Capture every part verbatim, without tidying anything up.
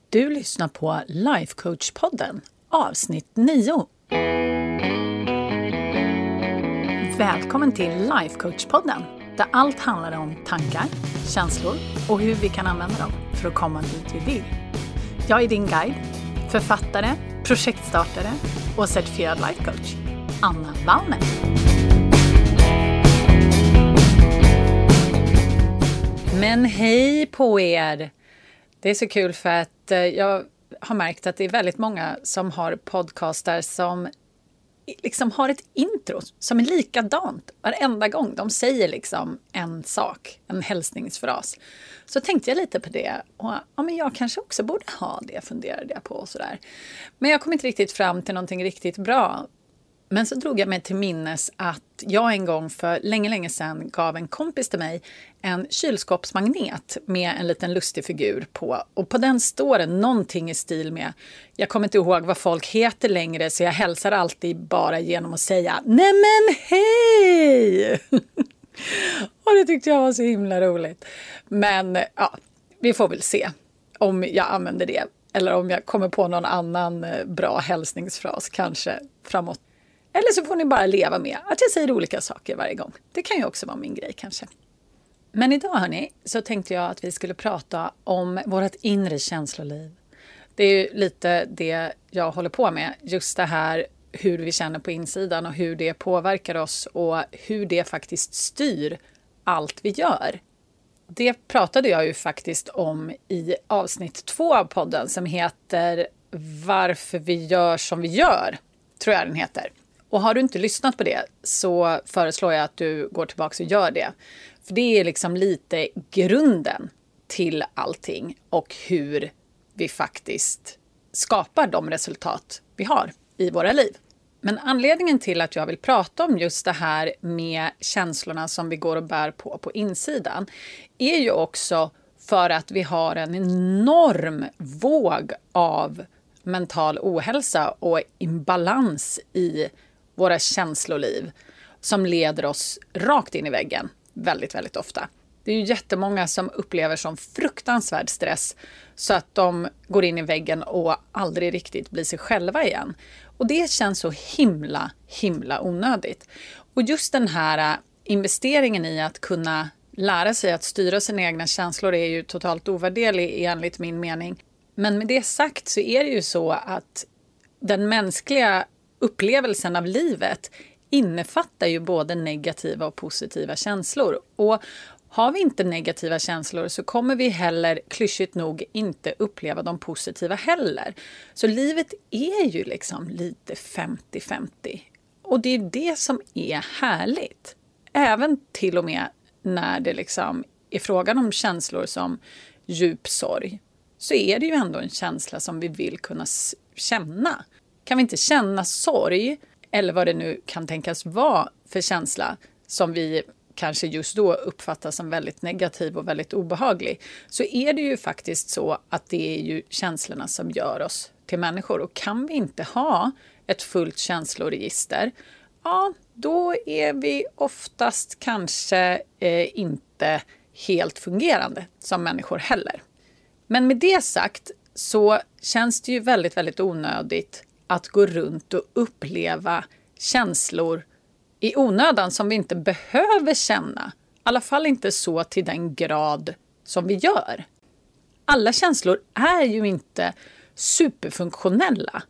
Du lyssnar på Lifecoach-podden, avsnitt nio. Välkommen till Lifecoach-podden, där allt handlar om tankar, känslor och hur vi kan använda dem för att komma dit vi vill. Jag är din guide, författare, projektstartare och certifierad lifecoach, Anna Wallner. Men hej på er! Det är så kul för att jag har märkt att det är väldigt många som har podcastar som liksom har ett intro som är likadant varenda gång. De säger liksom en sak, en hälsningsfras. Så tänkte jag lite på det. Och ja, men jag kanske också borde ha det, funderade jag på och sådär. Men jag kom inte riktigt fram till någonting riktigt bra. Men så drog jag mig till minnes att jag en gång för länge, länge sedan gav en kompis till mig en kylskåpsmagnet med en liten lustig figur på. Och på den står det någonting i stil med, jag kommer inte ihåg vad folk heter längre så jag hälsar alltid bara genom att säga, nej men hej! Och det tyckte jag var så himla roligt. Men ja, vi får väl se om jag använder det. Eller om jag kommer på någon annan bra hälsningsfras kanske framåt. Eller så får ni bara leva med att jag säger olika saker varje gång. Det kan ju också vara min grej kanske. Men idag hörni, så tänkte jag att vi skulle prata om vårt inre känsloliv. Det är ju lite det jag håller på med. Just det här hur vi känner på insidan och hur det påverkar oss och hur det faktiskt styr allt vi gör. Det pratade jag ju faktiskt om i avsnitt två av podden som heter Varför vi gör som vi gör, tror jag den heter. Och har du inte lyssnat på det så föreslår jag att du går tillbaka och gör det. För det är liksom lite grunden till allting och hur vi faktiskt skapar de resultat vi har i våra liv. Men anledningen till att jag vill prata om just det här med känslorna som vi går och bär på på insidan är ju också för att vi har en enorm våg av mental ohälsa och imbalans i våra känsloliv som leder oss rakt in i väggen väldigt, väldigt ofta. Det är ju jättemånga som upplever som fruktansvärd stress så att de går in i väggen och aldrig riktigt blir sig själva igen. Och det känns så himla, himla onödigt. Och just den här investeringen i att kunna lära sig att styra sina egna känslor är ju totalt ovärderlig enligt min mening. Men med det sagt så är det ju så att den mänskliga upplevelsen av livet innefattar ju både negativa och positiva känslor. Och har vi inte negativa känslor så kommer vi heller klyschigt nog inte uppleva de positiva heller. Så livet är ju liksom lite femtio femtio. Och det är det som är härligt. Även till och med när det liksom är frågan om känslor som djup sorg. Så är det ju ändå en känsla som vi vill kunna känna. Kan vi inte känna sorg, eller vad det nu kan tänkas vara för känsla som vi kanske just då uppfattar som väldigt negativ och väldigt obehaglig, så är det ju faktiskt så att det är ju känslorna som gör oss till människor. Och kan vi inte ha ett fullt känsloregister, ja, då är vi oftast kanske eh, inte helt fungerande som människor heller. Men med det sagt så känns det ju väldigt, väldigt onödigt att gå runt och uppleva känslor i onödan som vi inte behöver känna. I alla fall inte så till den grad som vi gör. Alla känslor är ju inte superfunktionella.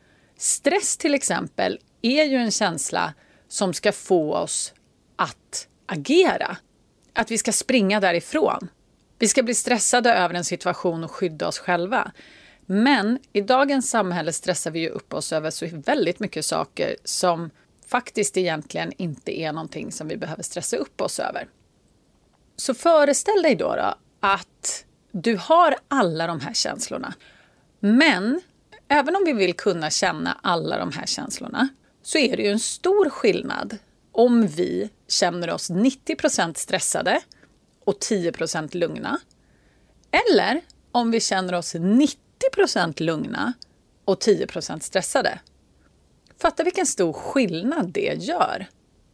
Stress till exempel är ju en känsla som ska få oss att agera. Att vi ska springa därifrån. Vi ska bli stressade över en situation och skydda oss själva. Men i dagens samhälle stressar vi ju upp oss över så väldigt mycket saker som faktiskt egentligen inte är någonting som vi behöver stressa upp oss över. Så föreställ dig då, då att du har alla de här känslorna. Men även om vi vill kunna känna alla de här känslorna så är det ju en stor skillnad om vi känner oss nittio procent stressade och tio procent lugna. Eller om vi känner oss nittio procent lugna och tio procent stressade. Fatta vilken stor skillnad det gör.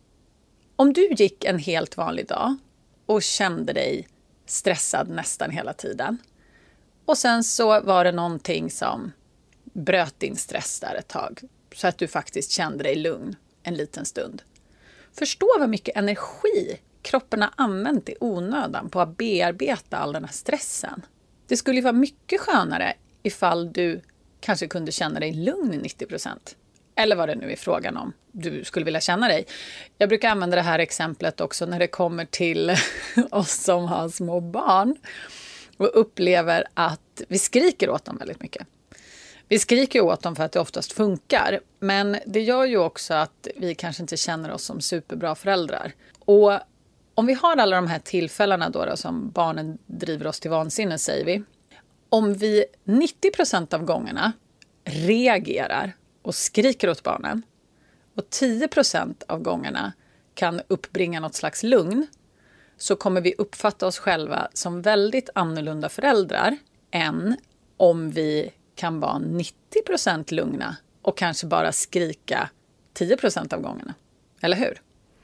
Om du gick en helt vanlig dag och kände dig stressad nästan hela tiden Och sen så var det någonting som bröt din stress där ett tag. Så att du faktiskt kände dig lugn en liten stund. Förstå vad mycket energi kroppen har använt i onödan på att bearbeta all den här stressen. Det skulle ju vara mycket skönare ifall du kanske kunde känna dig lugn i nittio procent. Eller vad det nu är frågan om du skulle vilja känna dig. Jag brukar använda det här exemplet också när det kommer till oss som har små barn. Och upplever att vi skriker åt dem väldigt mycket. Vi skriker åt dem för att det oftast funkar. Men det gör ju också att vi kanske inte känner oss som superbra föräldrar. Och om vi har alla de här tillfällena då, då som barnen driver oss till vansinne, säger vi. Om vi nittio procent av gångerna reagerar och skriker åt barnen och tio procent av gångerna kan uppbringa något slags lugn, så kommer vi uppfatta oss själva som väldigt annorlunda föräldrar än om vi kan vara nittio procent lugna och kanske bara skrika tio procent av gångerna. Eller hur?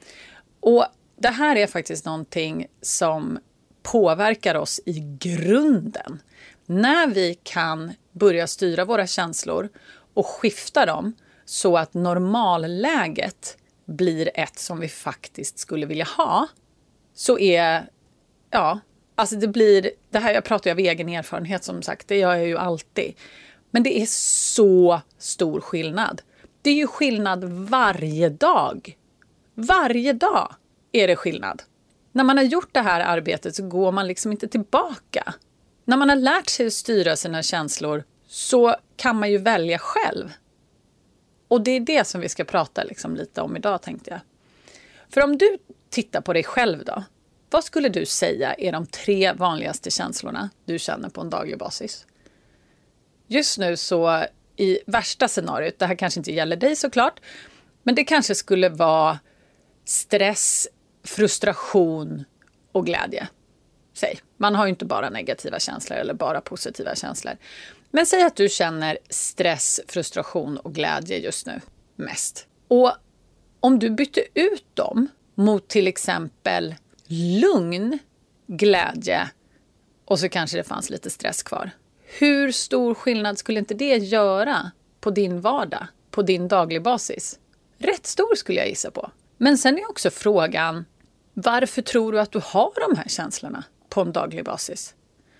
Och det här är faktiskt någonting som påverkar oss i grunden. När vi kan börja styra våra känslor och skifta dem så att normalläget blir ett som vi faktiskt skulle vilja ha, så är, ja, alltså det blir, det här jag pratar ju av egen erfarenhet som sagt, det gör jag ju alltid. Men det är så stor skillnad. Det är ju skillnad varje dag. Varje dag är det skillnad. När man har gjort det här arbetet så går man liksom inte tillbaka. När man har lärt sig att styra sina känslor så kan man ju välja själv. Och det är det som vi ska prata liksom lite om idag, tänkte jag. För om du tittar på dig själv då, vad skulle du säga är de tre vanligaste känslorna du känner på en daglig basis? Just nu så i värsta scenariot, det här kanske inte gäller dig såklart, men det kanske skulle vara stress, frustration och glädje. Säg, man har ju inte bara negativa känslor eller bara positiva känslor. Men säg att du känner stress, frustration och glädje just nu mest. Och om du bytte ut dem mot till exempel lugn, glädje och så kanske det fanns lite stress kvar. Hur stor skillnad skulle inte det göra på din vardag, på din daglig basis? Rätt stor skulle jag gissa på. Men sen är också frågan, varför tror du att du har de här känslorna på en daglig basis?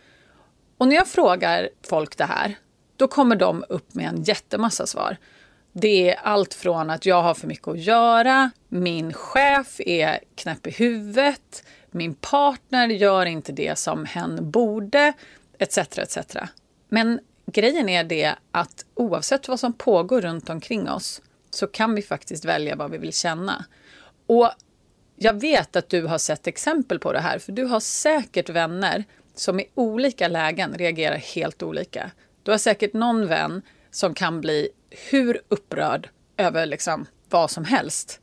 Och när jag frågar folk det här, då kommer de upp med en jättemassa svar. Det är allt från att jag har för mycket att göra, min chef är knäpp i huvudet, min partner gör inte det som hen borde, et cetera et cetera. Men grejen är det att oavsett vad som pågår runt omkring oss så kan vi faktiskt välja vad vi vill känna. Och jag vet att du har sett exempel på det här, för du har säkert vänner som i olika lägen reagerar helt olika. Du har säkert någon vän som kan bli hur upprörd över liksom vad som helst.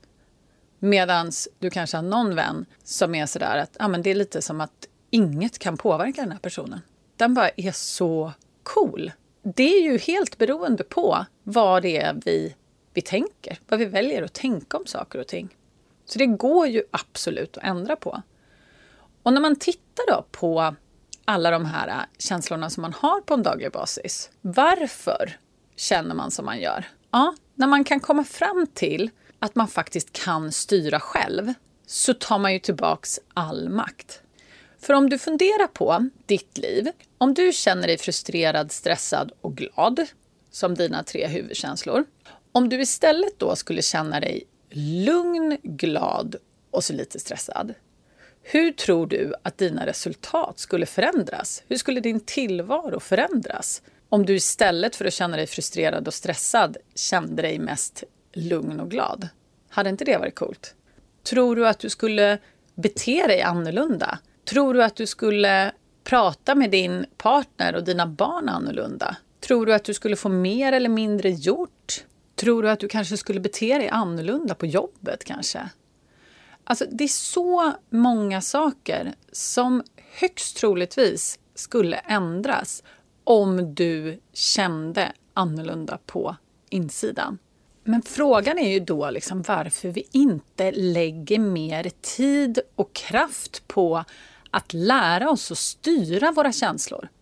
Medan du kanske har någon vän som är sådär att ah, men det är lite som att inget kan påverka den här personen. Den bara är så cool. Det är ju helt beroende på vad det är vi, vi tänker. Vad vi väljer att tänka om saker och ting. Så det går ju absolut att ändra på. Och när man tittar då på alla de här känslorna som man har på en daglig basis. Varför känner man som man gör? Ja, när man kan komma fram till att man faktiskt kan styra själv så tar man ju tillbaks all makt. För om du funderar på ditt liv, om du känner dig frustrerad, stressad och glad som dina tre huvudkänslor. Om du istället då skulle känna dig lugn, glad och så lite stressad. Hur tror du att dina resultat skulle förändras? Hur skulle din tillvaro förändras? Om du istället för att känna dig frustrerad och stressad kände dig mest lugn och glad. Hade inte det varit coolt? Tror du att du skulle bete dig annorlunda? Tror du att du skulle prata med din partner och dina barn annorlunda? Tror du att du skulle få mer eller mindre gjort? Tror du att du kanske skulle bete dig annorlunda på jobbet kanske? Alltså det är så många saker som högst troligtvis skulle ändras om du kände annorlunda på insidan. Men frågan är ju då liksom varför vi inte lägger mer tid och kraft på att lära oss att styra våra känslor.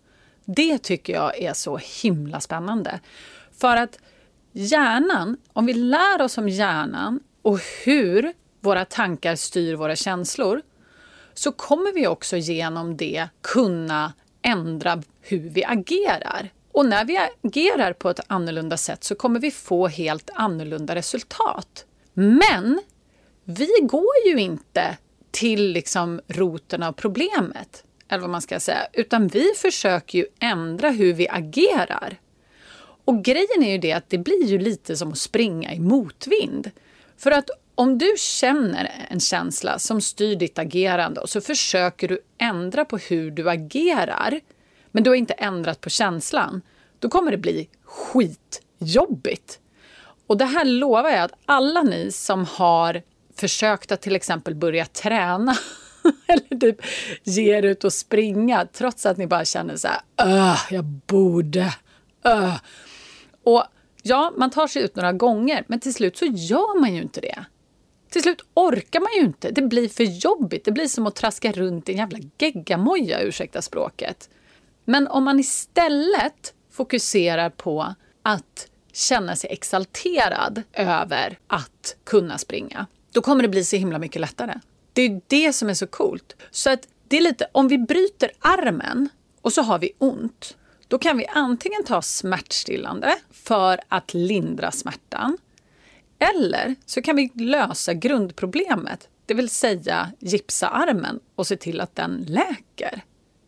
Det tycker jag är så himla spännande. För att hjärnan, om vi lär oss om hjärnan och hur våra tankar styr våra känslor, så kommer vi också genom det kunna ändra hur vi agerar. Och när vi agerar på ett annorlunda sätt så kommer vi få helt annorlunda resultat. Men vi går ju inte till liksom roten av problemet, eller vad man ska säga, utan vi försöker ju ändra hur vi agerar. Och grejen är ju det att det blir ju lite som att springa i motvind. För att om du känner en känsla som styr ditt agerande och så försöker du ändra på hur du agerar, men du har inte ändrat på känslan, då kommer det bli skitjobbigt. Och det här lovar jag att alla ni som har försökt att till exempel börja träna eller typ ge er ut och springa trots att ni bara känner så här, öh, jag borde, öh. Och ja, man tar sig ut några gånger, men till slut så gör man ju inte det. Till slut orkar man ju inte. Det blir för jobbigt. Det blir som att traska runt i en jävla geggamoja, ursäkta språket. Men om man istället fokuserar på att känna sig exalterad över att kunna springa, då kommer det bli så himla mycket lättare. Det är det som är så coolt. Så att det är lite, om vi bryter armen och så har vi ont, då kan vi antingen ta smärtstillande för att lindra smärtan. Eller så kan vi lösa grundproblemet, det vill säga gipsa armen och se till att den läker.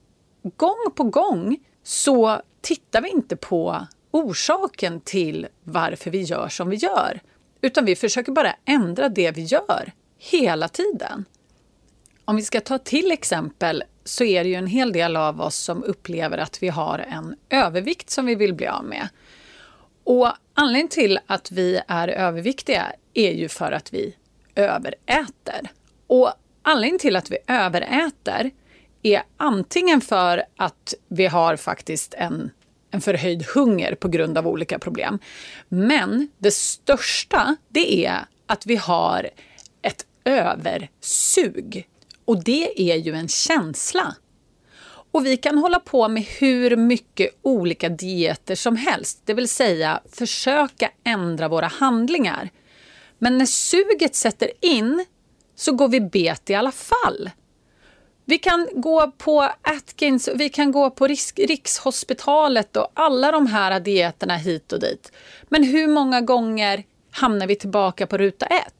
Gång på gång så tittar vi inte på orsaken till varför vi gör som vi gör. Utan vi försöker bara ändra det vi gör hela tiden. Om vi ska ta till exempel så är det ju en hel del av oss som upplever att vi har en övervikt som vi vill bli av med. Och anledningen till att vi är överviktiga är ju för att vi överäter. Och anledningen till att vi överäter är antingen för att vi har faktiskt en, en förhöjd hunger på grund av olika problem. Men det största, det är att vi har ett översug. Och det är ju en känsla. Och vi kan hålla på med hur mycket olika dieter som helst. Det vill säga försöka ändra våra handlingar. Men när suget sätter in så går vi bet i alla fall. Vi kan gå på Atkins, vi kan gå på Rikshospitalet och alla de här dieterna hit och dit. Men hur många gånger hamnar vi tillbaka på ruta ett?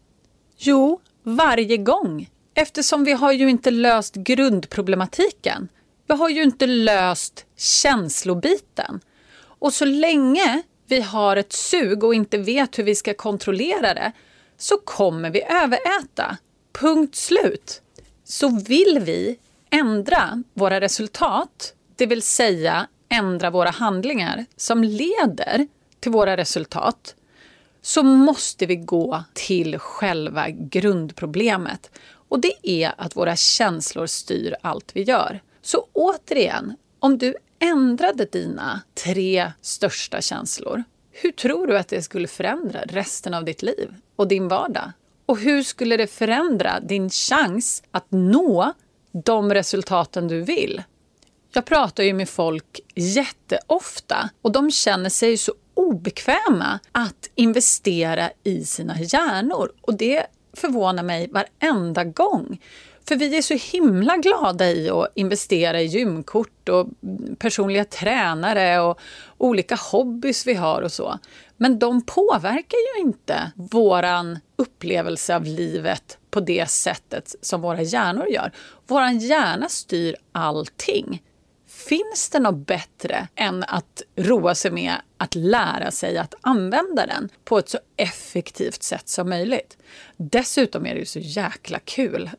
Jo, varje gång. Eftersom vi har ju inte löst grundproblematiken. Vi har ju inte löst känslobiten. Och så länge vi har ett sug och inte vet hur vi ska kontrollera det, så kommer vi överäta. Punkt slut. Så vill vi ändra våra resultat, det vill säga ändra våra handlingar som leder till våra resultat, så måste vi gå till själva grundproblemet. Och det är att våra känslor styr allt vi gör. Så återigen, om du ändrade dina tre största känslor, hur tror du att det skulle förändra resten av ditt liv och din vardag? Och hur skulle det förändra din chans att nå de resultaten du vill? Jag pratar ju med folk jätteofta och de känner sig så obekväma att investera i sina hjärnor. Och det förvånar mig varenda gång. För vi är så himla glada i att investera i gymkort och personliga tränare och olika hobbys vi har och så. Men de påverkar ju inte våran upplevelse av livet på det sättet som våra hjärnor gör. Våran hjärna styr allting. Finns det något bättre än att roa sig med att lära sig att använda den på ett så effektivt sätt som möjligt? Dessutom är det ju så jäkla kul.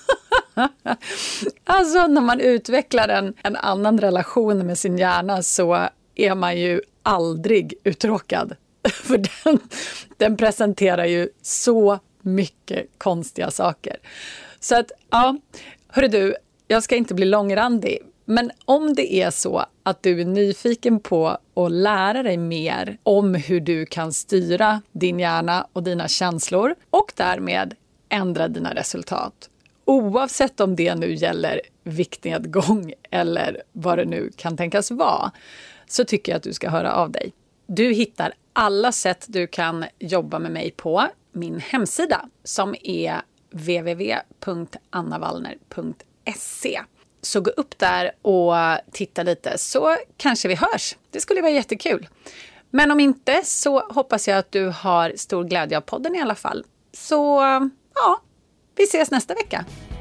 Alltså när man utvecklar en, en annan relation med sin hjärna så är man ju aldrig uttråkad. För den, den presenterar ju så mycket konstiga saker. Så att, ja, hörru du, jag ska inte bli långrandig. Men om det är så att du är nyfiken på att lära dig mer om hur du kan styra din hjärna och dina känslor och därmed ändra dina resultat. oavsett om det nu gäller viktnedgång eller vad det nu kan tänkas vara, så tycker jag att du ska höra av dig. Du hittar alla sätt du kan jobba med mig på min hemsida som är w w w punkt anna wallner punkt se. Så gå upp där och titta lite, så kanske vi hörs. Det skulle vara jättekul. Men om inte, så hoppas jag att du har stor glädje av podden i alla fall. Så ja, vi ses nästa vecka.